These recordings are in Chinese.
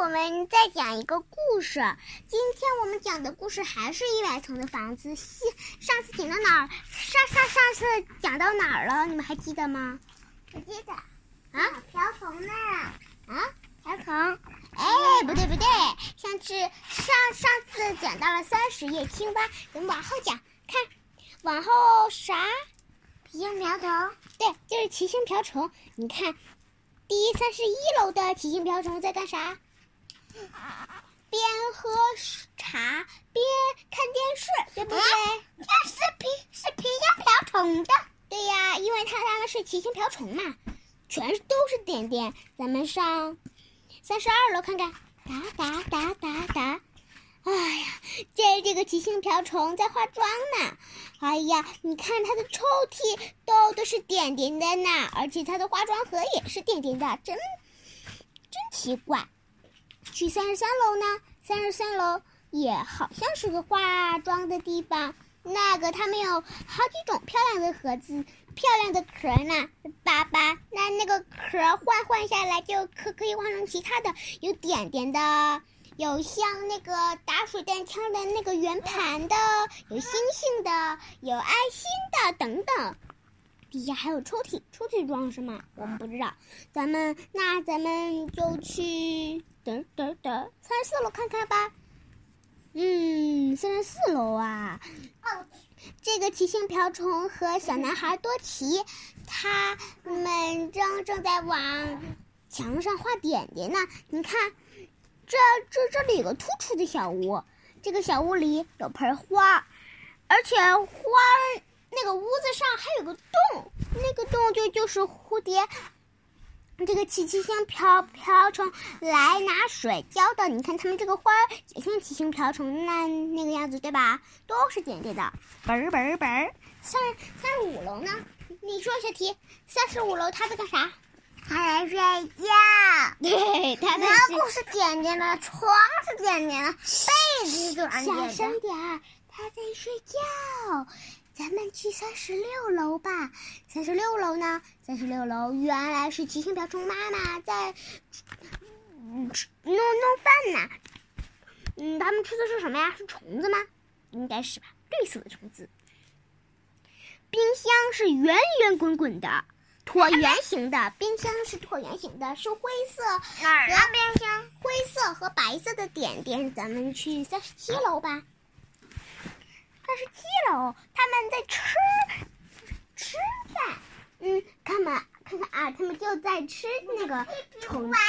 我们再讲一个故事。今天我们讲的故事还是100层的房子。上次讲到哪儿？上次讲到哪儿了？你们还记得吗？ 我记得。 瓢虫呢？瓢虫？不对，上次讲到了30页青蛙，我们往后讲，看，往后啥？ 奇形瓢虫。 对，就是奇形瓢虫。你看，第31楼的奇形瓢虫在干啥？边喝茶边看电视，对不对？ 这是奇形瓢虫的。 对呀，因为它们是奇形瓢虫嘛，都是点点。咱们上32楼看看，答。哎呀，这个奇形瓢虫在化妆呢。哎呀，你看它的抽屉都是点点的呢，而且它的化妆盒也是点点的，真奇怪。去33楼呢？33楼也好像是个化妆的地方。他们有好几种漂亮的盒子，漂亮的壳呢。爸爸，那个壳换下来就可以换成其他的，有点点的，有像那个打水弹枪的那个圆盘的，有星星的，有爱心的等等。底下还有抽屉装什么我们不知道。咱们就去34楼看看吧。34楼啊。这个奇形瓢虫和小男孩多奇，他们正在往墙上画点点呢。你看，这里有个突出的小屋，这个小屋里有盆花，而且花那个屋子上还有个洞，那个洞就是蝴蝶这个奇形瓢虫来拿水浇的。你看他们这个花也像奇形瓢虫那个样子，对吧？都是点点的。本。35楼呢？你说小提，35楼他在干啥？ 他在睡觉。 对，他在睡。毛是点点的，床是点点的，被子是点点的。 小声点，他在睡觉。咱们去36楼吧。36楼呢？36楼原来是奇形瓢虫妈妈在弄饭呢。他们吃的是什么呀？是虫子吗？应该是吧，绿色的虫子。冰箱是圆滚滚的，椭圆形的。冰箱是椭圆形的，是灰色。 哪儿啊？冰箱灰色和白色的点点。咱们去37楼吧。37楼，他们在吃饭。看看啊，他们就在吃那个虫子。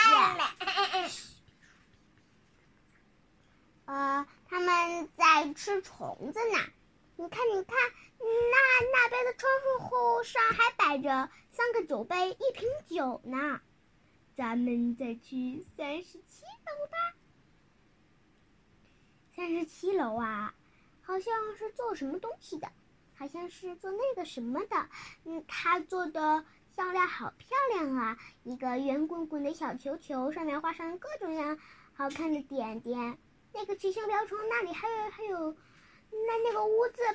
他们在吃虫子呢。你看，那边的窗户上还摆着3个酒杯，1瓶酒呢。咱们再去37楼吧。37楼啊。好像是做什么东西的，好像是做那个什么的。他做的项链好漂亮啊，一个圆滚滚的小球球，上面画上各种样好看的点点。那个奇形瓢虫那里还有那个屋子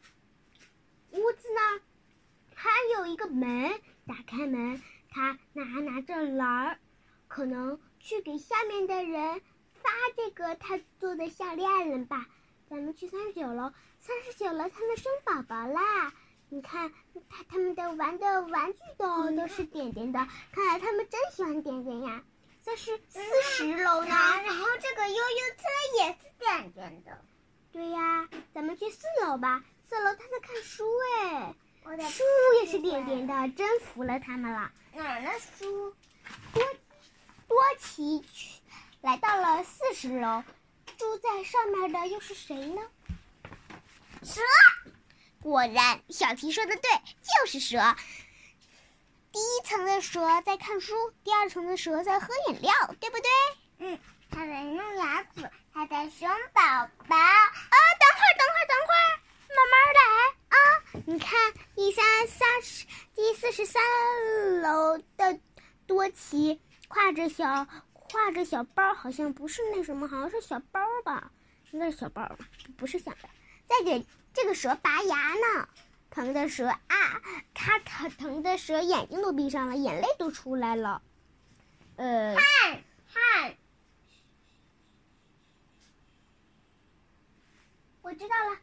呢，还有一个门。打开门，他拿着篮儿，可能去给下面的人发这个他做的项链了吧。咱们去39楼，39楼他们生宝宝啦！你看，他们的玩具都是点点的，看来他们真喜欢点点呀。40楼呢， 然后这个悠悠车也是点点的。 对呀，咱们去4楼吧。4楼他在看书哎，书也是点点的，真服了他们了。 哪儿的书？ 多奇来到了40楼。住在上面的又是谁呢？ 蛇。 果然，小提说的对，就是蛇。第1层的蛇在看书，第2层的蛇在喝饮料，对不对？ 它在弄牙齿，它在生宝宝。 等会儿，慢慢来啊！你看，第43楼的多奇挎着小包，好像不是那什么，好像是小包吧，应该是小包，不是小的。在给这个蛇拔牙呢，疼的蛇啊，疼的蛇眼睛都闭上了，眼泪都出来了。 汗， 知道了。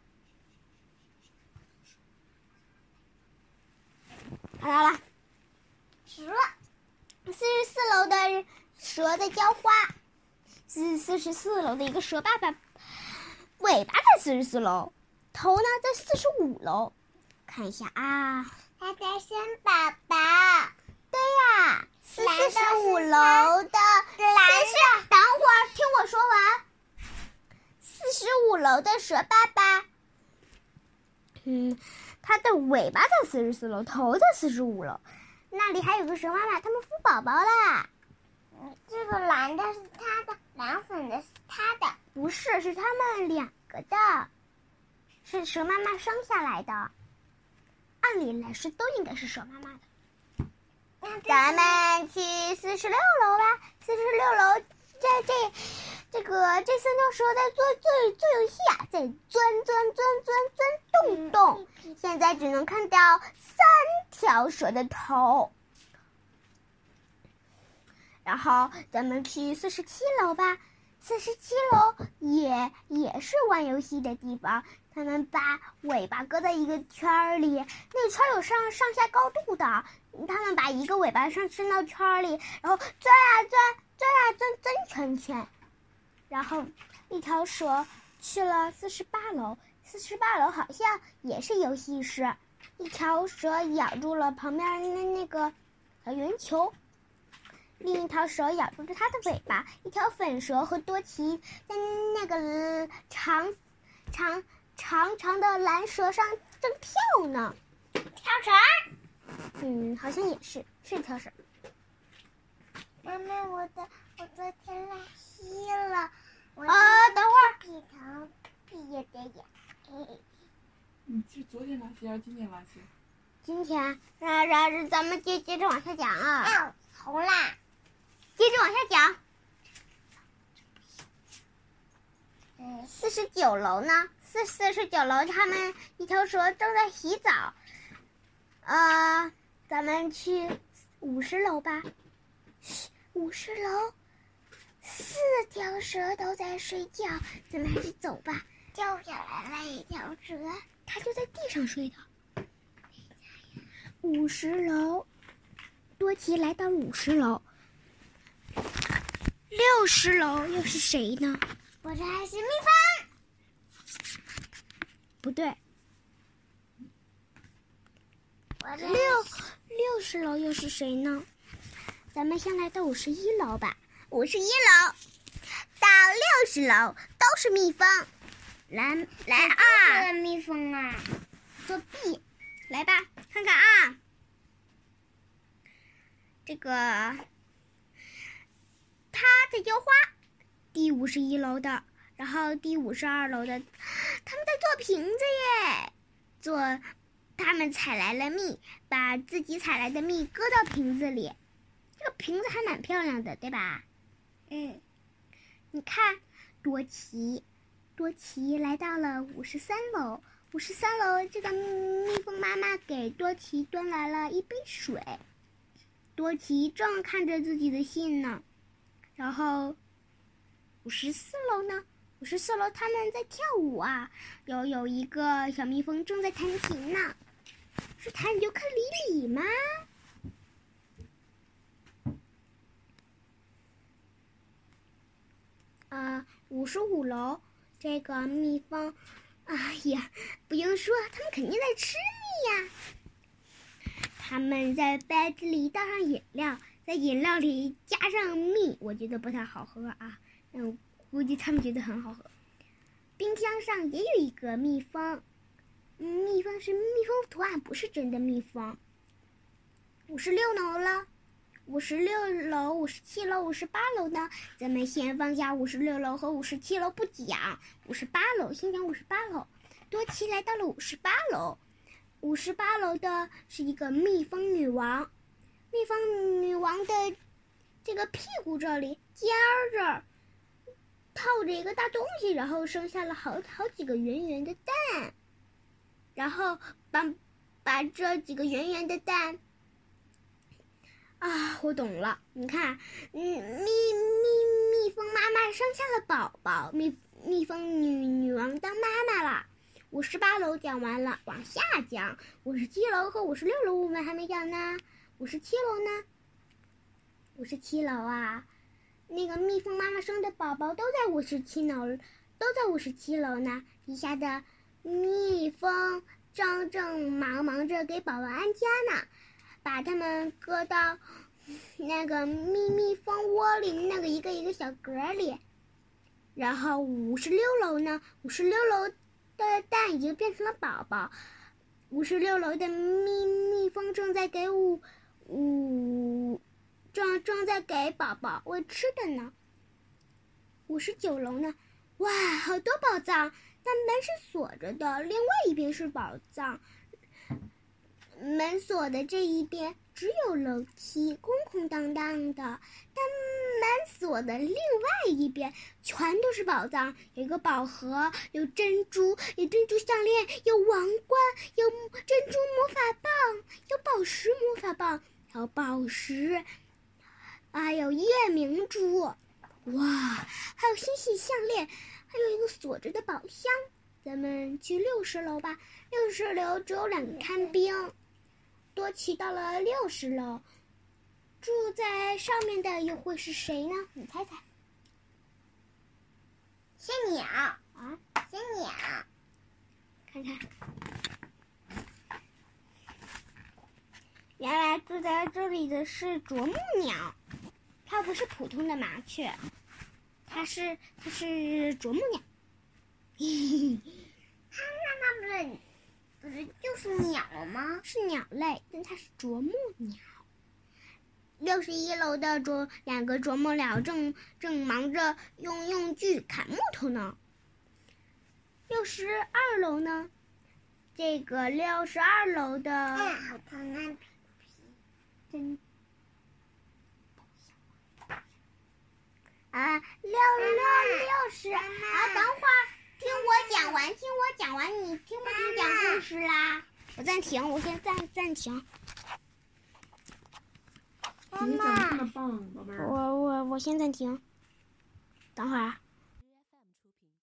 好了， 蛇 44楼的蛇在浇花，44楼的一个蛇爸爸，尾巴在44楼，头呢在45楼。看一下啊， 它在生宝宝。 对呀，45楼的蓝色。 等会儿听我说完。45楼的蛇爸爸，它的尾巴在44楼，头在45楼。那里还有个蛇妈妈，它们孵宝宝啦。 这个蓝的是它的，蓝粉的是它的。 不是，是它们2个的，是蛇妈妈生下来的。按理来说都应该是蛇妈妈的。咱们去46楼吧。46楼，这3条蛇在做游戏啊，在钻洞。现在只能看到3条蛇的头。然后咱们去47楼吧。47楼也是玩游戏的地方，他们把尾巴搁在一个圈里，那个圈有上下高度的，他们把一个尾巴伸到圈里，然后钻圈圈，然后一条蛇去了48楼，48楼好像也是游戏室，一条蛇咬住了旁边的那个小圆球。另一条蛇咬住了它的尾巴，一条粉蛇和多奇在那个长的蓝蛇上正跳呢。 跳绳？ 好像也是跳绳。 妈妈，我昨天拉稀了。 等会儿。 闭头闭着的眼。 你是昨天拉稀还是今天拉稀？ 今天，然咱们接着往下讲啊。 红啦。 接着往下讲。49楼呢？49楼，他们一条蛇正在洗澡。咱们去50楼吧。50楼，4条蛇都在睡觉，咱们还是走吧。 掉下来了一条蛇， 它就在地上睡的。50楼，多奇来到50楼。60楼又是谁呢？ 我这还是蜜蜂。 不对。60楼又是谁呢？咱们先来到51楼吧。51楼到60楼都是蜜蜂。来啊！ 蜜蜂啊， 作弊，来吧，看看啊。这个他在浇花，第51楼的，然后第52楼的，他们在做瓶子耶，他们采来了蜜，把自己采来的蜜搁到瓶子里，这个瓶子还蛮漂亮的，对吧？你看，多奇来到了53楼，53楼这个蜜蜂妈妈给多奇端来了一杯水，多奇正看着自己的信呢。然后54楼呢？54楼他们在跳舞啊，有一个小蜜蜂正在弹琴呢，是弹尤克里里吗？55楼这个蜜蜂，哎呀，不用说，他们肯定在吃蜜呀。他们在杯子里倒上饮料，在饮料里加上蜜，我觉得不太好喝啊。估计他们觉得很好喝。冰箱上也有一个蜜蜂，蜜蜂是蜜蜂图案，不是真的蜜蜂。56楼了，56楼、57楼、58楼呢？咱们先放下56楼和57楼不讲，58楼先讲58楼。多奇来到了58楼，58楼的是一个蜜蜂女王，蜜蜂女王的这个屁股这里、尖儿这儿套着一个大东西，然后生下了好几个圆圆的蛋，然后把这几个圆圆的蛋。我懂了。你看，蜜蜂妈妈生下了宝宝，蜜蜜蜂女王当妈妈了。58楼讲完了，往下讲。57楼和56楼我们还没讲呢。57楼呢？57楼啊，那个蜜蜂妈妈生的宝宝都在57楼呢。底下的蜜蜂正忙着给宝宝安家呢，把它们搁到那个蜜蜂窝里那个一个小格里。然后56楼呢？56楼的蛋已经变成了宝宝。56楼的蜜蜂正在给正在给宝宝喂吃的呢。59楼呢？哇，好多宝藏，但门是锁着的，另外一边是宝藏。门锁的这一边只有楼梯，空空荡荡的，但门锁的另外一边全都是宝藏，有一个宝盒，有珍珠项链，有王冠，有珍珠魔法棒，有宝石魔法棒，还有宝石，还有夜明珠，哇，还有星星项链，还有一个锁着的宝箱。咱们去60楼吧，60楼只有2个看兵。多奇到了60楼，住在上面的又会是谁呢？你猜猜。 仙鸟啊，仙鸟， 看看，原来住在这里的是啄木鸟，它不是普通的麻雀，它是啄木鸟。 它不是就是鸟吗？ 是鸟类，但它是啄木鸟。61楼的2个啄木鸟正忙着用锯砍木头呢。62楼呢？这个62楼的， 好疼啊！ 真啊，60啊，等会儿听我讲完，你听不听讲故事啦？我暂停，我先暂停。 你讲这么棒，宝贝儿。 我先暂停，等会儿啊。